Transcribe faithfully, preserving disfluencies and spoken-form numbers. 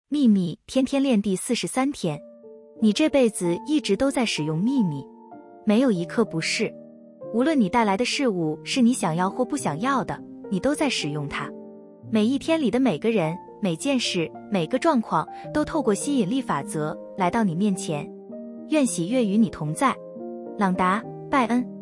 秘密天天练第四十三天，你这辈子一直都在使用秘密，没有一刻不是。无论你带来的事物是你想要或不想要的，你都在使用它。每一天里的每个人、每件事、每个状况，都透过吸引力法则来到你面前。愿喜悦与你同在。朗达·拜恩。